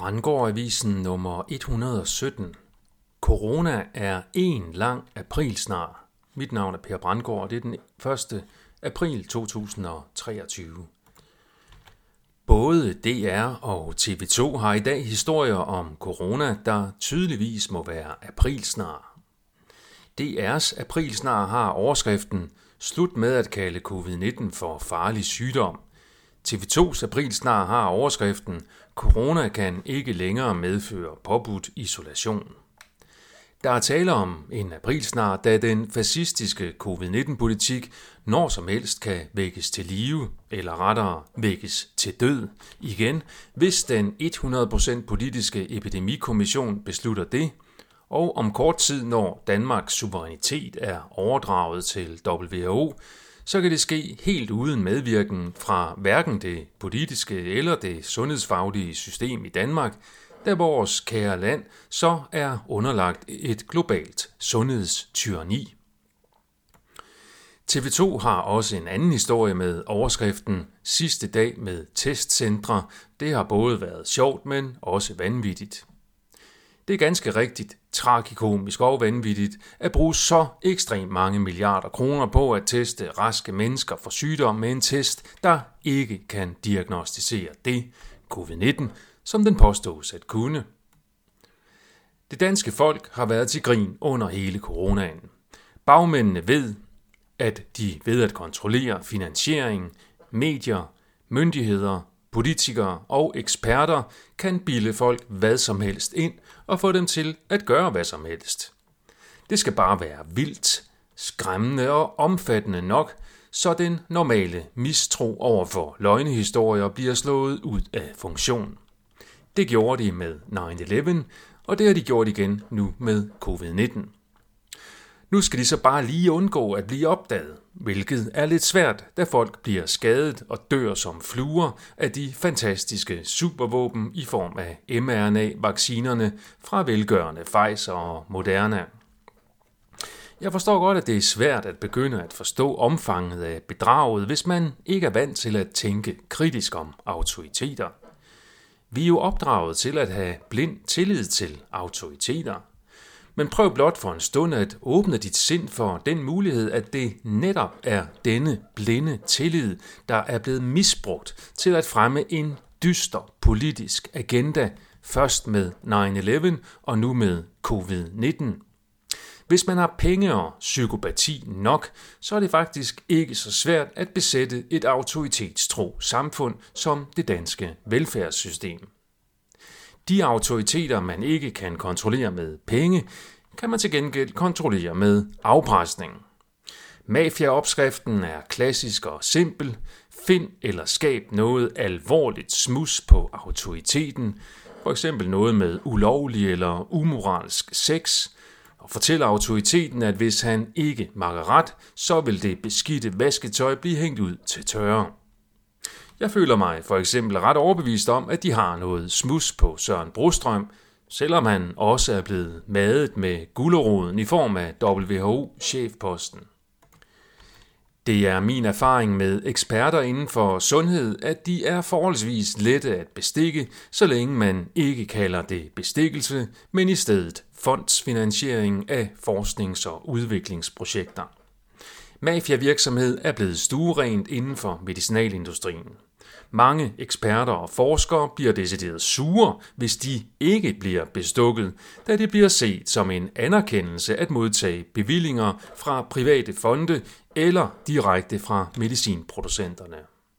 Brandgård-avisen nummer 117. Corona er en lang aprilsnar. Mit navn er Per Brandgård, og det er den 1. april 2023. Både DR og TV2 har i dag historier om corona, der tydeligvis må være aprilsnar. DR's aprilsnar har overskriften "Slut med at kalde covid-19 for farlig sygdom". TV2's aprilsnar har overskriften "Corona kan ikke længere medføre påbudt isolation". Der er tale om en aprilsnar, da den fascistiske covid-19-politik når som helst kan vækkes til live, eller rettere vækkes til død igen, hvis den 100% politiske epidemikommission beslutter det, og om kort tid, når Danmarks suverænitet er overdraget til WHO, så kan det ske helt uden medvirken fra hverken det politiske eller det sundhedsfaglige system i Danmark, da vores kære land så er underlagt et globalt sundhedstyranni. TV2 har også en anden historie med overskriften "Sidste dag med testcentre". Det har både været sjovt, men også vanvittigt. Det er ganske rigtigt tragikomisk og vanvittigt at bruge så ekstremt mange milliarder kroner på at teste raske mennesker for sygdom med en test, der ikke kan diagnostisere det, covid-19, som den påstås at kunne. Det danske folk har været til grin under hele coronaen. Bagmændene ved, at de ved at kontrollere finansiering, medier, myndigheder, politikere og eksperter kan bilde folk hvad som helst ind og få dem til at gøre hvad som helst. Det skal bare være vildt, skræmmende og omfattende nok, så den normale mistro over for løgnehistorier bliver slået ud af funktion. Det gjorde de med 9/11, og det har de gjort igen nu med covid-19. Nu skal de så bare lige undgå at blive opdaget, hvilket er lidt svært, da folk bliver skadet og dør som fluer af de fantastiske supervåben i form af mRNA-vaccinerne fra velgørende Pfizer og Moderna. Jeg forstår godt, at det er svært at begynde at forstå omfanget af bedraget, hvis man ikke er vant til at tænke kritisk om autoriteter. Vi er jo opdraget til at have blind tillid til autoriteter. Men prøv blot for en stund at åbne dit sind for den mulighed, at det netop er denne blinde tillid, der er blevet misbrugt til at fremme en dyster politisk agenda, først med 9/11 og nu med covid-19. Hvis man har penge og psykopati nok, så er det faktisk ikke så svært at besætte et autoritetstro samfund som det danske velfærdssystem. De autoriteter, man ikke kan kontrollere med penge, kan man til gengæld kontrollere med afpresning. Mafia-opskriften er klassisk og simpel. Find eller skab noget alvorligt smus på autoriteten, for eksempel noget med ulovlig eller umoralsk sex, og fortæl autoriteten, at hvis han ikke makker ret, så vil det beskidte vasketøj blive hængt ud til tørre. Jeg føler mig for eksempel ret overbevist om, at de har noget smus på Søren Brostrøm, selvom han også er blevet madet med guleroden i form af WHO-chefposten. Det er min erfaring med eksperter inden for sundhed, at de er forholdsvis lette at bestikke, så længe man ikke kalder det bestikkelse, men i stedet fondsfinansiering af forsknings- og udviklingsprojekter. Mafiavirksomhed er blevet stuerent inden for medicinalindustrien. Mange eksperter og forskere bliver decideret sure, hvis de ikke bliver bestukket, da det bliver set som en anerkendelse at modtage bevillinger fra private fonde eller direkte fra medicinproducenterne.